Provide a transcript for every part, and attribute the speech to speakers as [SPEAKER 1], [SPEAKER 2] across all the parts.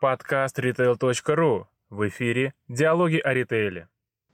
[SPEAKER 1] Подкаст retail.ru. В эфире «Диалоги о ритейле».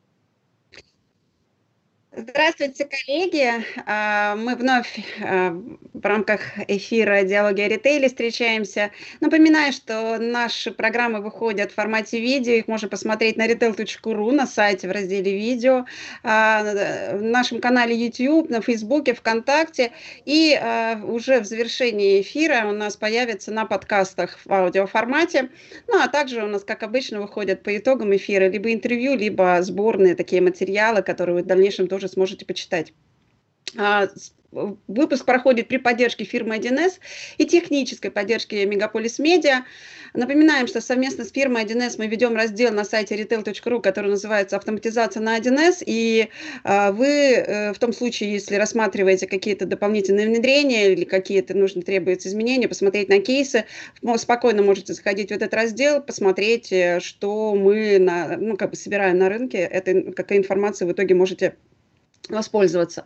[SPEAKER 2] Здравствуйте, коллеги! Мы вновь в рамках эфира «Диалоги о ритейле» встречаемся. Напоминаю, что наши программы выходят в формате видео. Их можно посмотреть на retail.ru, на сайте в разделе «Видео», в нашем канале YouTube, на Фейсбуке, ВКонтакте. И уже в завершении эфира у нас появится на подкастах в аудиоформате. Ну, а также у нас, как обычно, выходят по итогам эфира либо интервью, либо сборные такие материалы, которые вы в дальнейшем тоже сможете почитать. Выпуск проходит при поддержке фирмы 1С и технической поддержке Мегаполис Медиа. Напоминаем, что совместно с фирмой 1С мы ведем раздел на сайте retail.ru, который называется «Автоматизация на 1С». И вы, в том случае, если рассматриваете какие-то дополнительные внедрения или какие-то требуются изменения, посмотреть на кейсы, спокойно можете заходить в этот раздел, посмотреть, что мы собираем на рынке. Какая информация в итоге можете воспользоваться.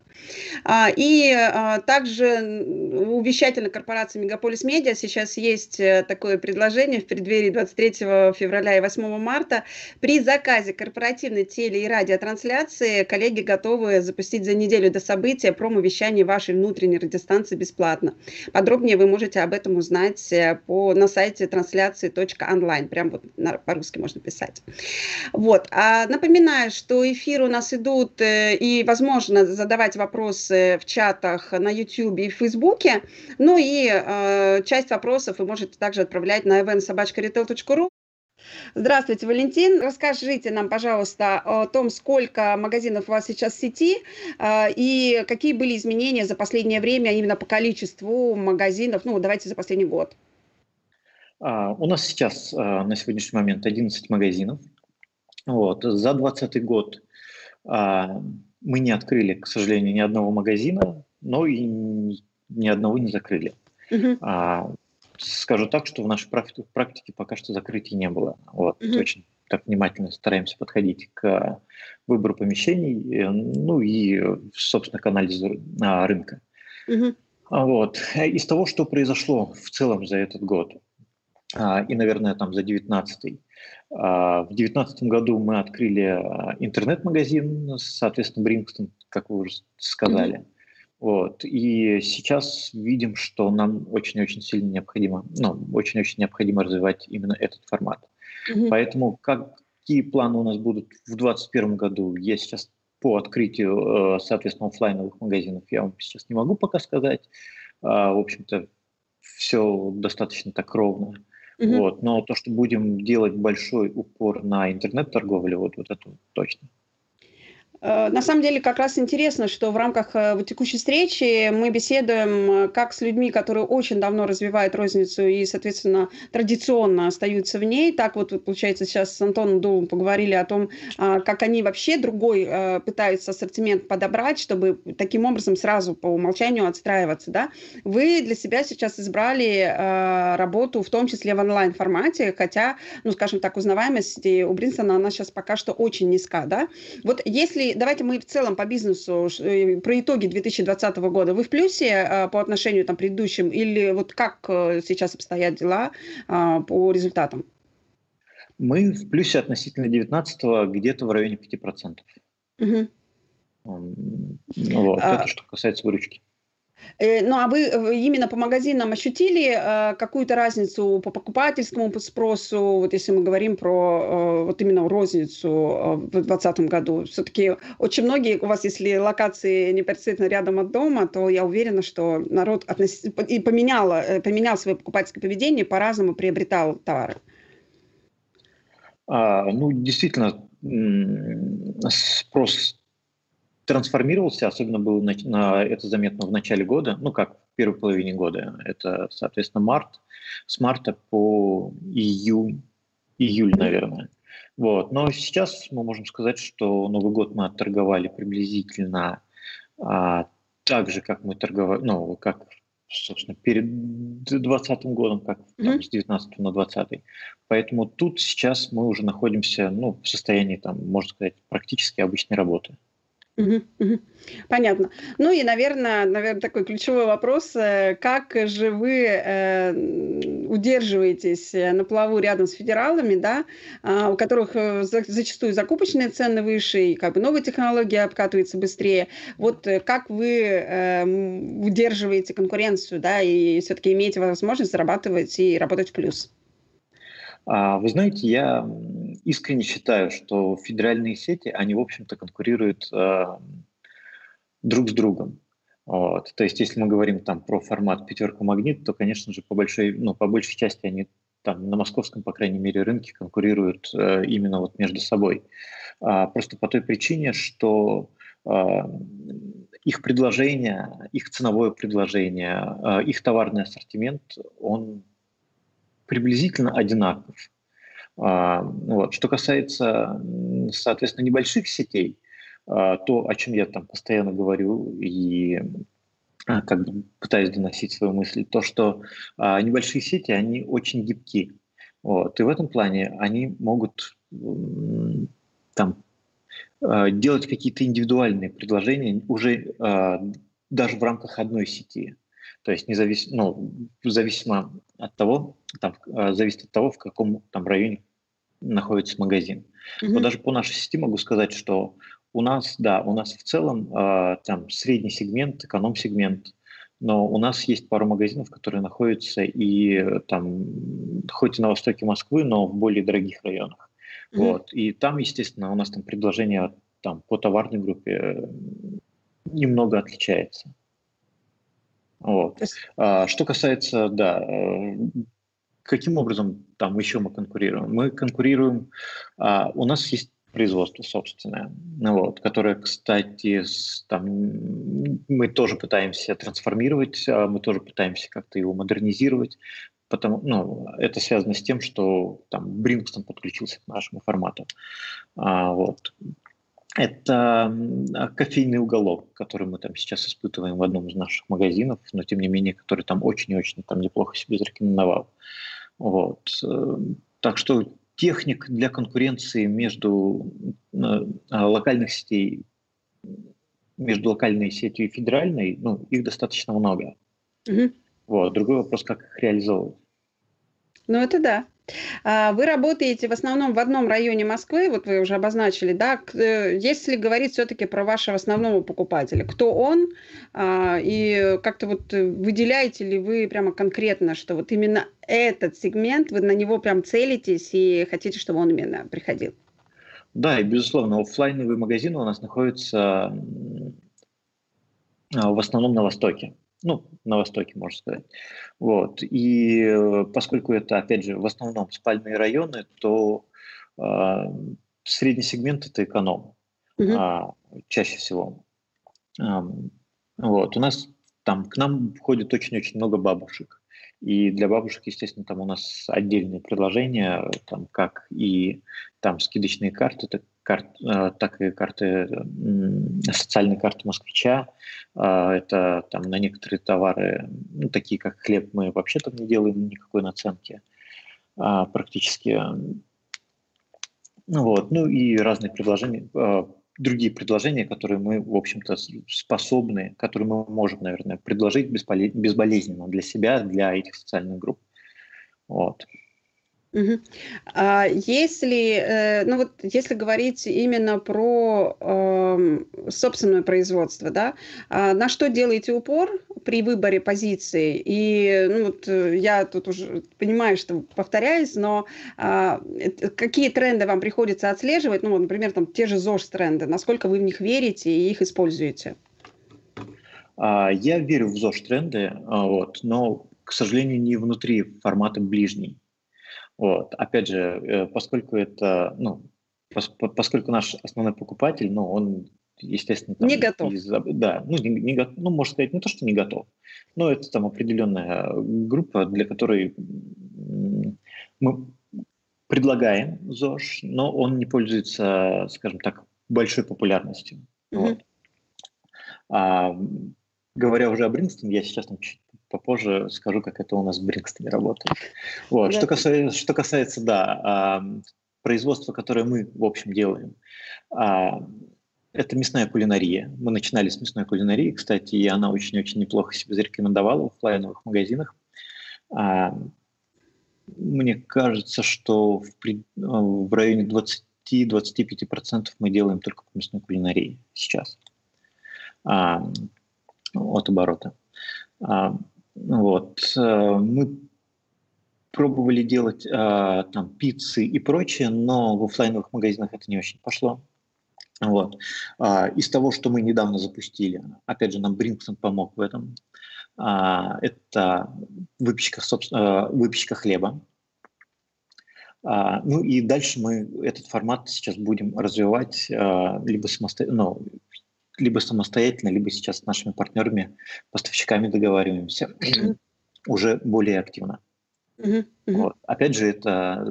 [SPEAKER 2] Также у вещательной корпорации Мегаполис Медиа сейчас есть такое предложение в преддверии 23 февраля и 8 марта. При заказе корпоративной теле- и радиотрансляции коллеги готовы запустить за неделю до события промо-вещание вашей внутренней радиостанции бесплатно. Подробнее вы можете об этом узнать на сайте трансляции.онлайн. Прям вот по-русски можно писать. Вот. Напоминаю, что эфиры у нас идут и возможно задавать вопросы в чатах на YouTube и в Фейсбуке. Ну и часть вопросов вы можете также отправлять на event@retail.ru. Здравствуйте, Валентин. Расскажите нам, пожалуйста, о том, сколько магазинов у вас сейчас в сети и какие были изменения за последнее время именно по количеству магазинов. Давайте за последний год.
[SPEAKER 3] У нас сейчас на сегодняшний момент 11 магазинов. За 2020 год мы не открыли, к сожалению, ни одного магазина, но и ни одного не закрыли. Скажу так, что в нашей практике пока что закрытий не было. Очень так внимательно стараемся подходить к выбору помещений, и, собственно, к анализу рынка. Из того, что произошло в целом за этот год, и, наверное, там за 19-й, в 2019 году мы открыли интернет-магазин, соответственно, Брингстон, как вы уже сказали. И сейчас видим, что нам очень-очень сильно необходимо, очень-очень необходимо развивать именно этот формат. Поэтому какие планы у нас будут в 2021 году, я сейчас по открытию, соответственно, офлайновых магазинов я вам сейчас не могу пока сказать. В общем-то, все достаточно так ровно. Но то, что будем делать большой упор на интернет-торговлю, это точно.
[SPEAKER 2] На самом деле, как раз интересно, что в рамках текущей встречи мы беседуем как с людьми, которые очень давно развивают розницу и, соответственно, традиционно остаются в ней. Так получается, сейчас с Антоном Дулом поговорили о том, как они вообще другой пытаются ассортимент подобрать, чтобы таким образом сразу по умолчанию отстраиваться. Да? Вы для себя сейчас избрали работу, в том числе в онлайн-формате, хотя, скажем так, узнаваемость у Бринстона, она сейчас пока что очень низка. Да? Давайте мы в целом по бизнесу, про итоги 2020 года. Вы в плюсе по отношению к предыдущим или как сейчас обстоят дела по результатам?
[SPEAKER 3] Мы в плюсе относительно 2019 где-то в районе 5%. Это что касается выручки.
[SPEAKER 2] А вы именно по магазинам ощутили какую-то разницу по покупательскому спросу, если мы говорим про именно розницу в 2020 году? Все-таки очень многие у вас, если локации непосредственно рядом от дома, то я уверена, что народ поменял свое покупательское поведение, по-разному приобретал товары.
[SPEAKER 3] Действительно, спрос трансформировался, особенно было это заметно в начале года, как в первой половине года. Это, соответственно, март, с марта по июль, наверное. Но сейчас мы можем сказать, что Новый год мы отторговали приблизительно так же, как мы торговали, как, собственно, перед 2020 годом, как с 19 на 20. Поэтому тут сейчас мы уже находимся в состоянии, можно сказать, практически обычной работы.
[SPEAKER 2] Мгм, мгм. Понятно. Ну и, наверное, такой ключевой вопрос: как же вы, удерживаетесь, на плаву рядом с федералами, да, у которых, зачастую закупочные цены выше, и как бы новые технологии обкатываются быстрее. Вот, как вы, удерживаете конкуренцию, да, и все таки имеете возможность зарабатывать и работать в плюс?
[SPEAKER 3] Вы знаете, я искренне считаю, что федеральные сети, они, в общем-то, конкурируют друг с другом. Вот. То есть, если мы говорим там про формат «пятерка магнит», то, конечно же, по большей части они там на московском, по крайней мере, рынке конкурируют именно вот между собой. Просто по той причине, что а, их предложение, их ценовое предложение, их товарный ассортимент, он приблизительно одинаков. Вот. Что касается, соответственно, небольших сетей, то, о чем я там постоянно говорю и как бы пытаюсь доносить свою мысль, то, что небольшие сети, они очень гибки. Вот. И в этом плане они могут там делать какие-то индивидуальные предложения уже даже в рамках одной сети. То есть зависимо от того, зависит от того, в каком там районе находится магазин. Вот
[SPEAKER 2] Мгм.
[SPEAKER 3] даже по нашей сети могу сказать, что у нас, да, у нас в целом там средний сегмент, эконом-сегмент, но у нас есть пару магазинов, которые находятся и там, хоть и на востоке Москвы, но в более дорогих районах.
[SPEAKER 2] Мгм.
[SPEAKER 3] Вот. И там, естественно, у нас там предложение там, по товарной группе немного отличается.
[SPEAKER 2] То
[SPEAKER 3] Вот.
[SPEAKER 2] есть
[SPEAKER 3] Что касается, да, каким образом там еще мы конкурируем? Мы конкурируем, у нас есть производство собственное, ну вот, которое, кстати, мы тоже пытаемся трансформировать, мы тоже пытаемся как-то его модернизировать, это связано с тем, что там Брингстон подключился к нашему формату. Вот. Это кофейный уголок, который мы там сейчас испытываем в одном из наших магазинов, но тем не менее, который там очень-очень там неплохо себе зарекомендовал. Вот. Так что техник для конкуренции между локальных сетей, между локальной сетью и федеральной, ну, их достаточно много.
[SPEAKER 2] мгм.
[SPEAKER 3] Вот. Другой вопрос, как их реализовывать.
[SPEAKER 2] Ну, это да. Вы работаете в основном в одном районе Москвы, вот вы уже обозначили, да? Если говорить все таки про вашего основного покупателя, кто он? И как-то вот, выделяете ли вы прямо конкретно, что вот именно этот сегмент, вы на него прям целитесь и хотите, чтобы он именно приходил?
[SPEAKER 3] Да, и безусловно, оффлайновые магазины у нас находятся в основном на Востоке. Ну, на Востоке, можно сказать. Вот. И поскольку это, опять же, в основном спальные районы, то э, средний сегмент – это эконом
[SPEAKER 2] Мгм.
[SPEAKER 3] чаще всего. Ам, вот. У нас там к нам входит очень-очень много бабушек. И для бабушек, естественно, там у нас отдельные предложения, там как и там скидочные карты, так и карты, социальные карты москвича. Это там на некоторые товары, ну, такие как хлеб, мы вообще там не делаем никакой наценки практически. Ну вот, ну и разные предложения, другие предложения, которые мы, в общем-то, способны, которые мы можем, наверное, предложить безболезненно для себя, для этих социальных групп. Вот.
[SPEAKER 2] Мгм. Если, ну вот если говорить именно про, собственное производство, да, на что делаете упор при выборе позиции? И, ну вот, я тут уже понимаю, что повторяюсь, но, какие тренды вам приходится отслеживать? Ну вот, например, там те же ЗОЖ-тренды. Насколько вы в них верите и их используете?
[SPEAKER 3] Я верю в ЗОЖ-тренды, вот, но, к сожалению, не внутри формата ближний. Вот. Опять же, поскольку это, ну, поскольку наш основной покупатель, ну, он, естественно,
[SPEAKER 2] Не
[SPEAKER 3] там,
[SPEAKER 2] готов.
[SPEAKER 3] да, ну, ну, можно сказать, не то, что не готов, но это там определенная группа, для которой мы предлагаем ЗОЖ, но он не пользуется, скажем так, большой популярностью.
[SPEAKER 2] Мгм.
[SPEAKER 3] Вот. А, говоря уже о Бринстоне, я сейчас там чуть попозже скажу, как это у нас в Бринстоне работает. Вот.
[SPEAKER 2] Да.
[SPEAKER 3] Что касается, да, производства, которое мы, в общем, делаем, а, Это мясная кулинария. Мы начинали с мясной кулинарии, кстати, и она очень-очень неплохо себя зарекомендовала в оффлайновых магазинах. А, Мне кажется, что в районе 20-25% мы делаем только по мясной кулинарии сейчас а, от оборота. Мы пробовали делать там пиццы и прочее, но в оффлайновых магазинах это не очень пошло. Вот. Из того, что мы недавно запустили, опять же, нам Brinkton помог в этом, это выпечка хлеба. Ну и дальше мы этот формат сейчас будем развивать либо самостоятельно, либо сейчас с нашими партнерами, поставщиками договариваемся уже более активно. Вот. Опять же, это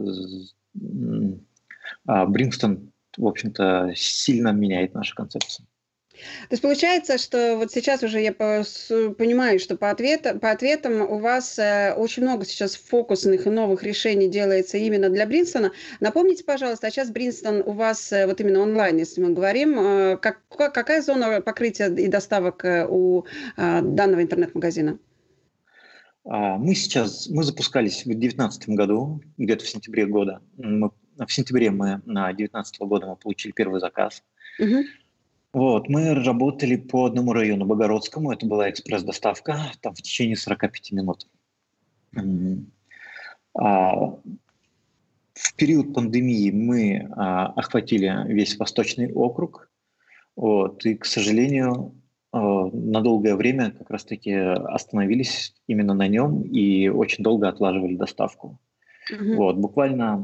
[SPEAKER 3] Brinkton, в общем-то, сильно меняет нашу концепцию.
[SPEAKER 2] То есть получается, что вот сейчас уже я понимаю, что по ответам у вас очень много сейчас фокусных и новых решений делается именно для Бринстона. Напомните, пожалуйста, а сейчас Бринстон у вас вот именно онлайн, если мы говорим, какая зона покрытия и доставок у данного интернет-магазина?
[SPEAKER 3] Мы запускались в 2019 году, где-то в сентябре года. В сентябре мы на 2019 года мы получили первый заказ. Вот, мы работали по одному району, Богородскому, это была экспресс-доставка, там в течение 45 минут. В период пандемии мы охватили весь Восточный округ, вот, и, к сожалению, на долгое время как раз-таки остановились именно на нем и очень долго отлаживали доставку. Вот, буквально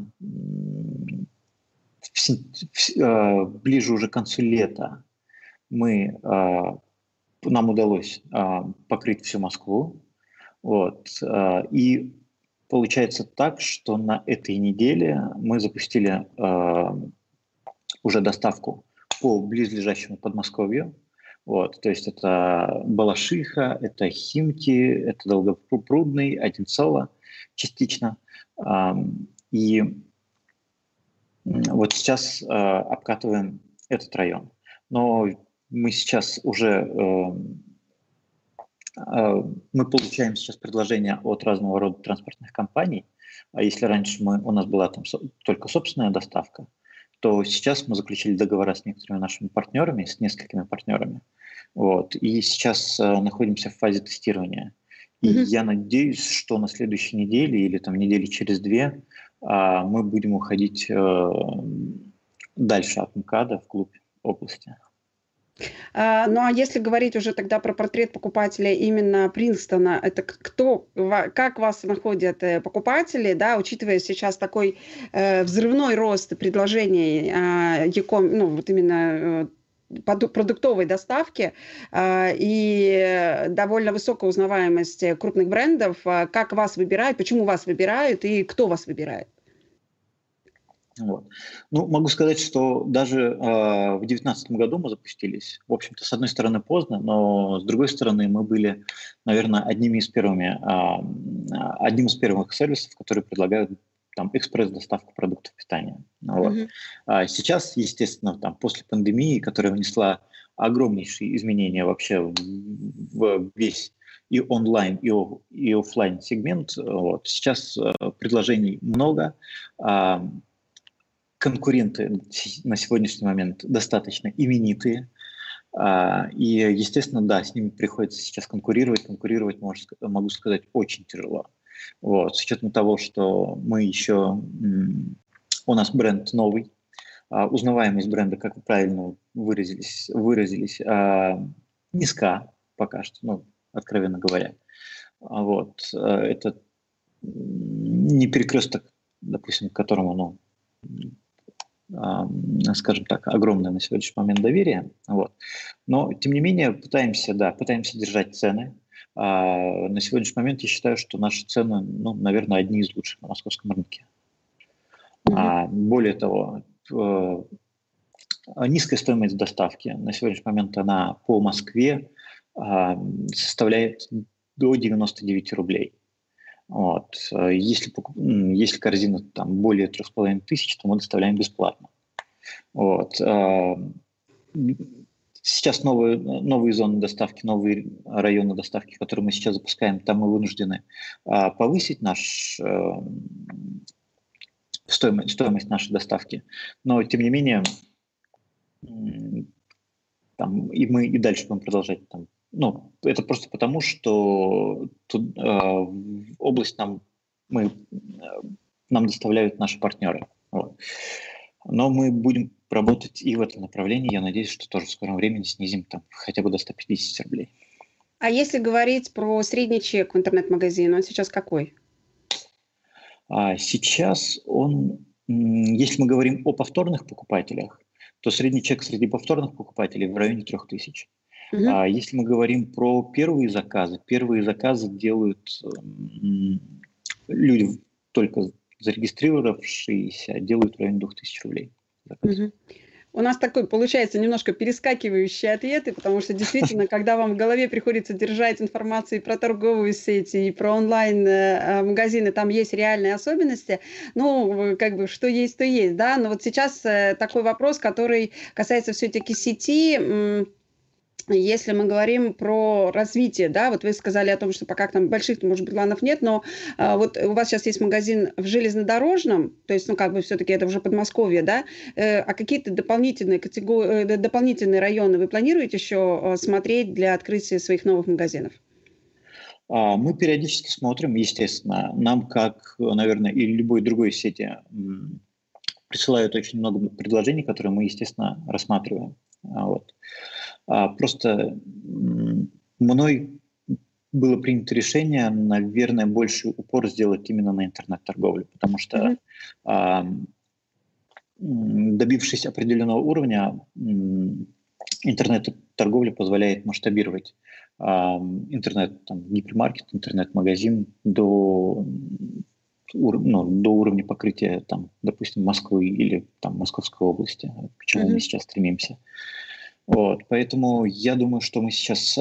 [SPEAKER 3] ближе уже к концу лета нам удалось покрыть всю Москву. Вот, и получается так, что на этой неделе мы запустили уже доставку по близлежащему Подмосковью. Вот, то есть это Балашиха, это Химки, это Долгопрудный, Одинцово частично. И вот сейчас обкатываем этот район. Но мы сейчас уже мы получаем сейчас предложения от разного рода транспортных компаний. А если раньше у нас была там только собственная доставка, то сейчас мы заключили договора с некоторыми нашими партнерами, с несколькими партнерами. Вот, и сейчас находимся в фазе тестирования. И я надеюсь, что на следующей неделе или там недели через 2 мы будем уходить дальше от МКАДа вглубь области.
[SPEAKER 2] Ну а если говорить уже тогда про портрет покупателя именно Принстона, это как вас находят покупатели, да, учитывая сейчас такой взрывной рост предложений ну вот именно продуктовой доставки и довольно высокая узнаваемость крупных брендов, как вас выбирают, почему вас выбирают и кто вас выбирает?
[SPEAKER 3] Вот. Ну, могу сказать, что даже в 2019 году мы запустились. В общем-то, с одной стороны поздно, но с другой стороны мы были, наверное, одним из первых сервисов, которые предлагают там экспресс-доставку продуктов питания. Вот. Сейчас, естественно, там, после пандемии, которая внесла огромнейшие изменения вообще в весь и онлайн, и офлайн сегмент, вот. Сейчас предложений много. Конкуренты на сегодняшний момент достаточно именитые, и, естественно, да, с ними приходится сейчас конкурировать, могу сказать, очень тяжело. Вот, с учетом того, что у нас бренд новый, узнаваемость бренда, как вы правильно выразились, низка пока что, ну, откровенно говоря. Вот, это не перекресток, допустим, к которому, скажем так, огромное на сегодняшний момент доверие. Вот. Но, тем не менее, пытаемся держать цены. На сегодняшний момент я считаю, что наши цены, наверное, одни из лучших на московском рынке. Более того, низкая стоимость доставки. На сегодняшний момент она по Москве составляет до 99 рублей. Вот. Если корзина там более 3500, то мы доставляем бесплатно. Вот. сейчас новые зоны доставки, новые районы доставки, которые мы сейчас запускаем, там мы вынуждены повысить стоимость нашей доставки. Но, тем не менее, там, и мы и дальше будем продолжать. Там, ну, это просто потому, что в область нам доставляют наши партнеры. Вот. Но мы будем работать и в этом направлении. Я надеюсь, что тоже в скором времени снизим там, хотя бы до 150 рублей.
[SPEAKER 2] А если говорить про средний чек в интернет-магазине, он сейчас какой?
[SPEAKER 3] Сейчас если мы говорим о повторных покупателях, то средний чек среди повторных покупателей в районе 3000. Если мы говорим про первые заказы делают люди, только зарегистрировавшиеся, делают в районе 2000 рублей.
[SPEAKER 2] У нас такой, получается, немножко перескакивающие ответы, потому что действительно, когда вам в голове приходится держать информацию и про торговые сети, и про онлайн-магазины, там есть реальные особенности, ну, как бы, что есть, то есть, да, но вот сейчас такой вопрос, который касается все-таки сети. Если мы говорим про развитие, да, вот вы сказали о том, что пока там больших, может быть, планов нет, но вот у вас сейчас есть магазин в железнодорожном, то есть, ну, как бы все-таки это уже Подмосковье, да, а какие-то дополнительные районы вы планируете еще смотреть для открытия своих новых магазинов?
[SPEAKER 3] Мы периодически смотрим, естественно. Нам, как, наверное, и любой другой сети, присылают очень много предложений, которые мы, естественно, рассматриваем. Вот. Просто мной было принято решение, наверное, больше упор сделать именно на интернет-торговлю, потому что, добившись определенного уровня, интернет-торговля позволяет масштабировать интернет, там, гипермаркет, интернет-магазин до уровня покрытия, там, допустим, Москвы или там, Московской области, к чему мы сейчас стремимся. Вот, поэтому я думаю, что мы сейчас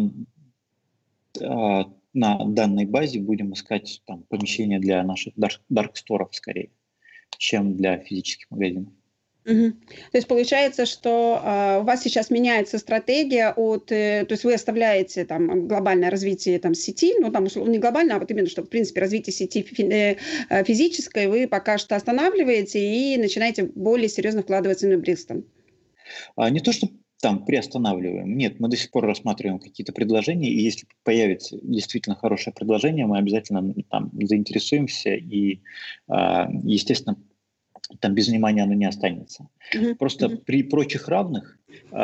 [SPEAKER 3] на данной базе будем искать там, помещения для наших дарк-сторов скорее, чем для физических магазинов.
[SPEAKER 2] То есть получается, что у вас сейчас меняется стратегия то есть вы оставляете там глобальное развитие там сети, ну там условно не глобально, а вот именно что в принципе развитие сети физической вы пока что останавливаете и начинаете более серьезно вкладываться в Брикстон.
[SPEAKER 3] Не то, что там приостанавливаем. Нет, мы до сих пор рассматриваем какие-то предложения, и если появится действительно хорошее предложение, мы обязательно там заинтересуемся, и, естественно, там без внимания оно не останется. Просто при прочих равных,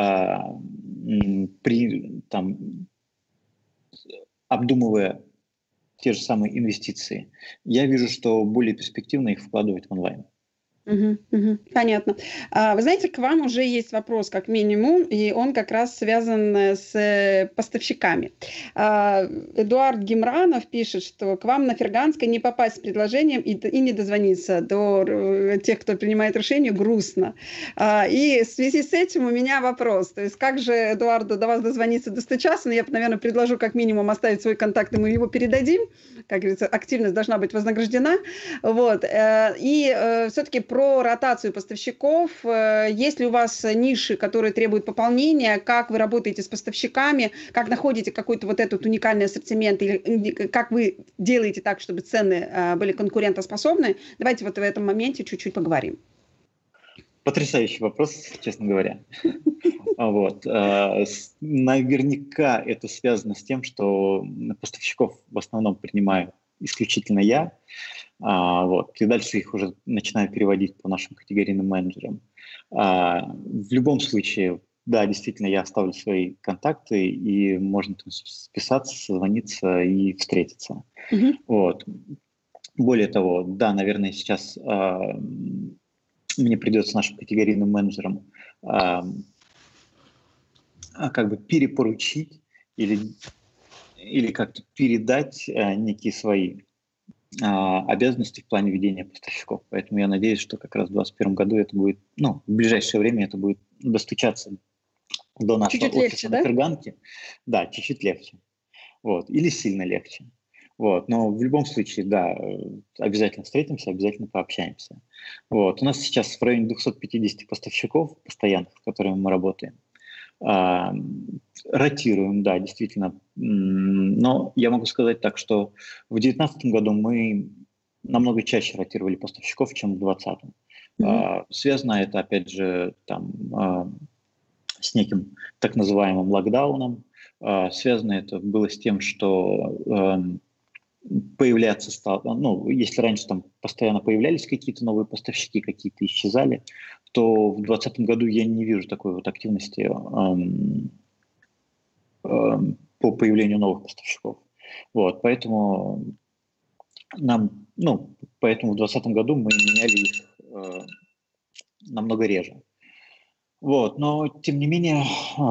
[SPEAKER 3] обдумывая те же самые инвестиции, я вижу, что более перспективно их вкладывать в онлайн.
[SPEAKER 2] Понятно. Вы знаете, к вам уже есть вопрос, как минимум, и он как раз связан с поставщиками. Эдуард Гимранов пишет, что к вам на Ферганской не попасть с предложением и не дозвониться до тех, кто принимает решение, грустно. И в связи с этим у меня вопрос. То есть как же Эдуарду до вас дозвониться, достучаться? Но я, наверное, предложу как минимум оставить свой контакт, и мы его передадим. Как говорится, активность должна быть вознаграждена. Вот. И все-таки про ротацию поставщиков. Есть ли у вас ниши, которые требуют пополнения? Как вы работаете с поставщиками? Как находите какой-то вот этот уникальный ассортимент? Или как вы делаете так, чтобы цены были конкурентоспособны? Давайте вот в этом моменте чуть-чуть поговорим.
[SPEAKER 3] Потрясающий вопрос, честно говоря. Вот. Наверняка это связано с тем, что поставщиков в основном принимаю исключительно я. Вот. И дальше их уже начинаю переводить по нашим категорийным менеджерам. В любом случае, да, действительно, я оставлю свои контакты, и можно там списаться, созвониться и встретиться. Вот. Более того, да, наверное, сейчас мне придется нашим категорийным менеджерам как бы перепоручить или как-то передать некие свои обязанности в плане ведения поставщиков. Поэтому я надеюсь, что как раз в 2021 году это будет, в ближайшее время это будет достучаться до нашего
[SPEAKER 2] чуть-чуть
[SPEAKER 3] офиса
[SPEAKER 2] легче,
[SPEAKER 3] на
[SPEAKER 2] да?
[SPEAKER 3] Ферганке. Да, чуть-чуть легче. Вот. Или сильно легче. Вот. Но в любом случае, да, обязательно встретимся, обязательно пообщаемся. Вот. У нас сейчас в районе 250 поставщиков постоянных, с которыми мы работаем. А, Ротируем, да, действительно. Но я могу сказать так, что в 2019 году мы намного чаще ротировали поставщиков, чем в 2020. Связано это, опять же, там, с неким так называемым локдауном. Связано это было с тем, что появляться стало, ну, если раньше там постоянно появлялись какие-то новые поставщики, какие-то исчезали, то в 2020 году я не вижу такой вот активности по появлению новых поставщиков. Вот, поэтому поэтому в 2020 году мы меняли их намного реже. Вот, но тем не менее,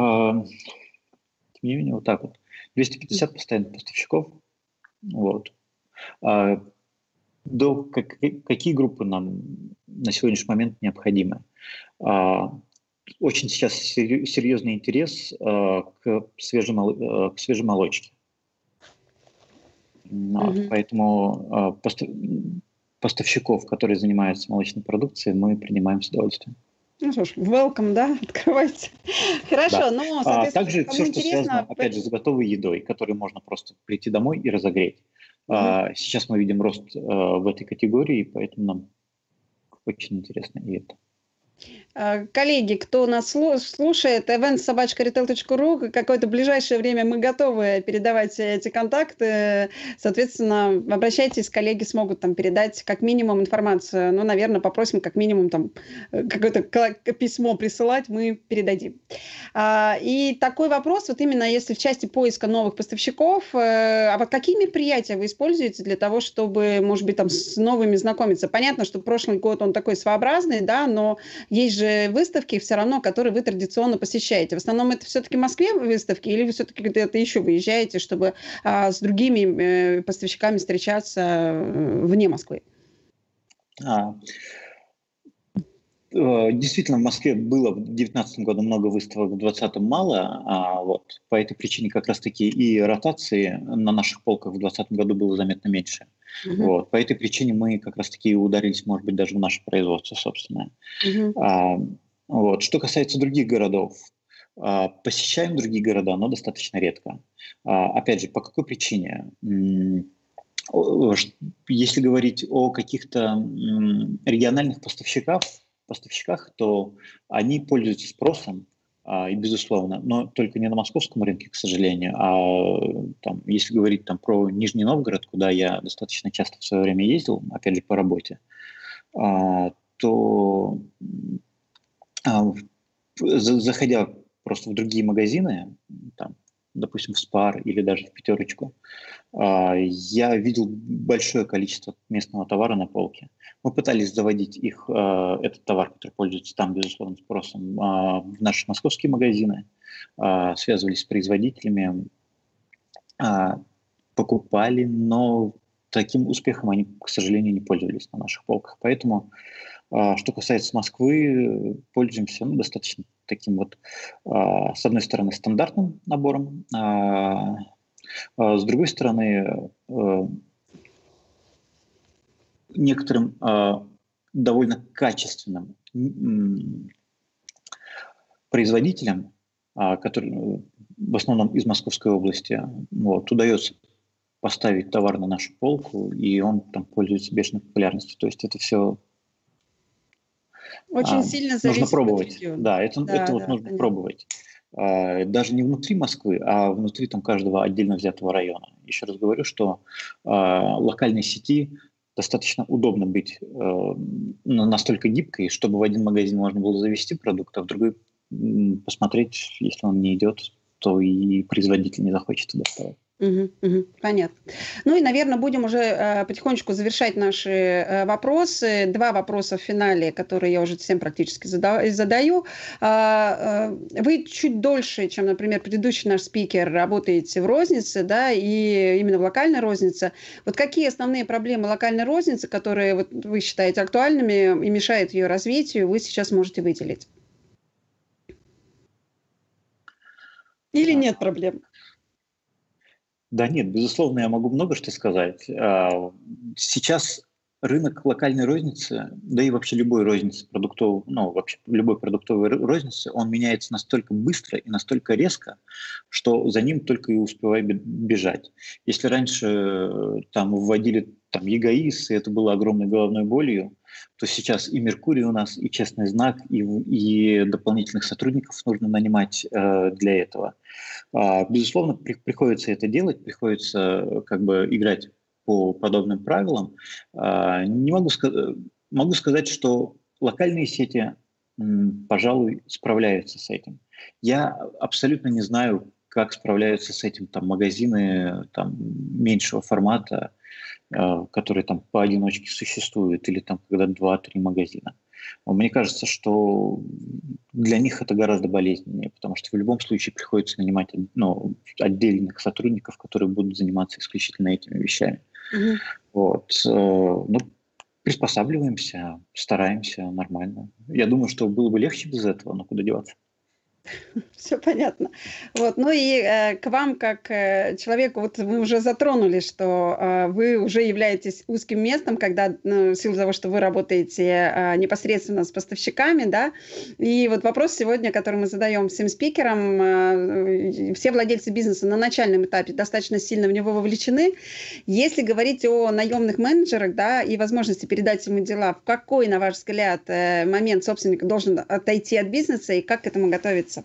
[SPEAKER 3] вот так вот. 250 постоянных поставщиков. Вот. Какие группы нам на сегодняшний момент необходимы? Очень сейчас серьезный интерес к свежей молочке. Поэтому поставщиков, которые занимаются молочной продукцией, мы принимаем с удовольствием.
[SPEAKER 2] Ну что ж, welcome, да, открывайте. Хорошо,
[SPEAKER 3] да.
[SPEAKER 2] но, соответственно,
[SPEAKER 3] также все, что связано, опять же, с готовой едой, которую можно просто прийти домой и разогреть. Сейчас мы видим рост в этой категории, поэтому нам очень интересно и это.
[SPEAKER 2] Коллеги, кто нас слушает, eventsobachkaretail.ru, какое-то ближайшее время мы готовы передавать эти контакты. Соответственно, обращайтесь, коллеги смогут там передать как минимум информацию. Ну, наверное, попросим как минимум там какое-то письмо присылать, мы передадим. И такой вопрос, вот именно если в части поиска новых поставщиков, а вот какие мероприятия вы используете для того, чтобы, может быть, там с новыми знакомиться? Понятно, что прошлый год он такой своеобразный, да, но есть же выставки все равно, которые вы традиционно посещаете. В основном это все-таки в Москве выставки или вы все-таки где-то еще выезжаете, чтобы с другими поставщиками встречаться вне Москвы?
[SPEAKER 3] Действительно, в Москве было в 2019 году много выставок, в 2020 мало. Вот. По этой причине как раз-таки и ротации на наших полках в 2020 году было заметно меньше. Вот. По этой причине мы как раз-таки ударились, может быть, даже в наше производство собственное. Вот. Что касается других городов, посещаем другие города, но достаточно редко. Опять же, по какой причине? Если говорить о каких-то региональных поставщиках, то они пользуются спросом, и безусловно, но только не на московском рынке, к сожалению, там, если говорить там, про Нижний Новгород, куда я достаточно часто в свое время ездил, опять же, по работе, то заходя просто в другие магазины, там, допустим, в Спар или даже в Пятерочку, я видел большое количество местного товара на полке. Мы пытались заводить этот товар, который пользуется там, безусловно, спросом, в наши московские магазины, связывались с производителями, покупали, но таким успехом они, к сожалению, не пользовались на наших полках. Поэтому, что касается Москвы, пользуемся достаточно таким вот, с одной стороны, стандартным набором, с другой стороны, некоторым довольно качественным производителям, которые в основном из Московской области, вот, удается поставить товар на нашу полку, и он там пользуется бешеной популярностью. То есть это все
[SPEAKER 2] очень сильно зависит
[SPEAKER 3] нужно пробовать.
[SPEAKER 2] от региона.
[SPEAKER 3] Да, это вот нужно пробовать. Даже не внутри Москвы, а внутри там каждого отдельно взятого района. Еще раз говорю, что локальной сети достаточно удобно быть настолько гибкой, чтобы в один магазин можно было завести продукт, а в другой посмотреть, если он не идет, то и производитель не захочет доставать.
[SPEAKER 2] Понятно. Ну и, наверное, будем уже потихонечку завершать наши вопросы. 2 вопроса в финале, которые я уже всем практически задаю. Вы чуть дольше, чем, например, предыдущий наш спикер, работаете в рознице, да, и именно в локальной рознице. Вот какие основные проблемы локальной розницы, которые вот вы считаете актуальными и мешают ее развитию, вы сейчас можете выделить? Или нет проблем?
[SPEAKER 3] Да нет, безусловно, я могу много что сказать. Сейчас рынок локальной розницы, да и вообще любой розницы продуктовой, ну, вообще любой продуктовой розницы, он меняется настолько быстро и настолько резко, что за ним только и успевай бежать. Если раньше там вводили там ЕГАИС, и это было огромной головной болью, то сейчас и Меркурий у нас, и Честный знак, и дополнительных сотрудников нужно нанимать для этого. Безусловно, приходится это делать, приходится как бы играть по подобным правилам. Не могу могу сказать, что локальные сети, пожалуй, справляются с этим. Я абсолютно не знаю, как справляются с этим там магазины там меньшего формата, которые там поодиночке существуют, или там когда 2-3 магазина. Мне кажется, что для них это гораздо болезненнее, потому что в любом случае приходится нанимать отдельных сотрудников, которые будут заниматься исключительно этими вещами. Вот. Ну, приспосабливаемся, стараемся нормально. Я думаю, что было бы легче без этого, но куда деваться.
[SPEAKER 2] Все понятно. Вот, ну и к вам, как человеку, вот вы уже затронули, что вы уже являетесь узким местом, когда, в силу того, что вы работаете непосредственно с поставщиками, да, и вот вопрос сегодня, который мы задаем всем спикерам, все владельцы бизнеса на начальном этапе достаточно сильно в него вовлечены. Если говорить о наемных менеджерах, да, и возможности передать ему дела, в какой, на ваш взгляд, момент собственник должен отойти от бизнеса и как к этому готовиться?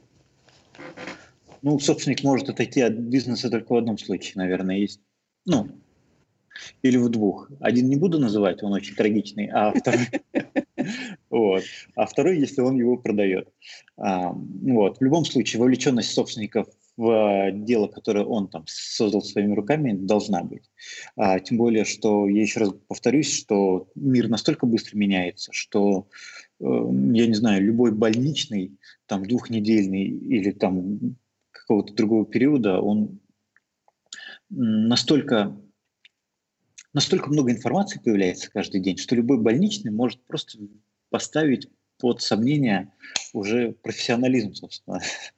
[SPEAKER 3] Ну, собственник может отойти от бизнеса только в одном случае, наверное, есть. Ну, или в двух. Один не буду называть, он очень трагичный, а второй, вот, а второй, если он его продает. Вот. В любом случае, вовлеченность собственников в дело, которое он там создал своими руками, должна быть. Тем более, что, я еще раз повторюсь, что мир настолько быстро меняется, что, я не знаю, любой больничный, там, двухнедельный или там какого-то другого периода, он настолько много информации появляется каждый день, что любой больничный может просто поставить под сомнение уже профессионализм, собственно,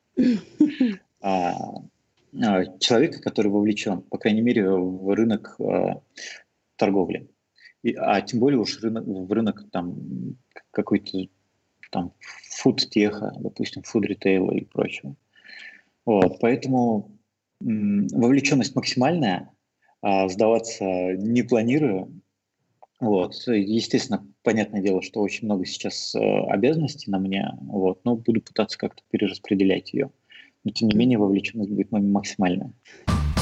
[SPEAKER 3] человека, который вовлечен, по крайней мере, в рынок торговли. Тем более уж в рынок там какой-то там фуд-теха, допустим, фуд-ритейла и прочего. Вот, поэтому вовлеченность максимальная, сдаваться не планирую. Вот. Естественно, понятное дело, что очень много сейчас обязанностей на мне, вот, но буду пытаться как-то перераспределять ее. Но, тем не менее, вовлеченность будет максимальная.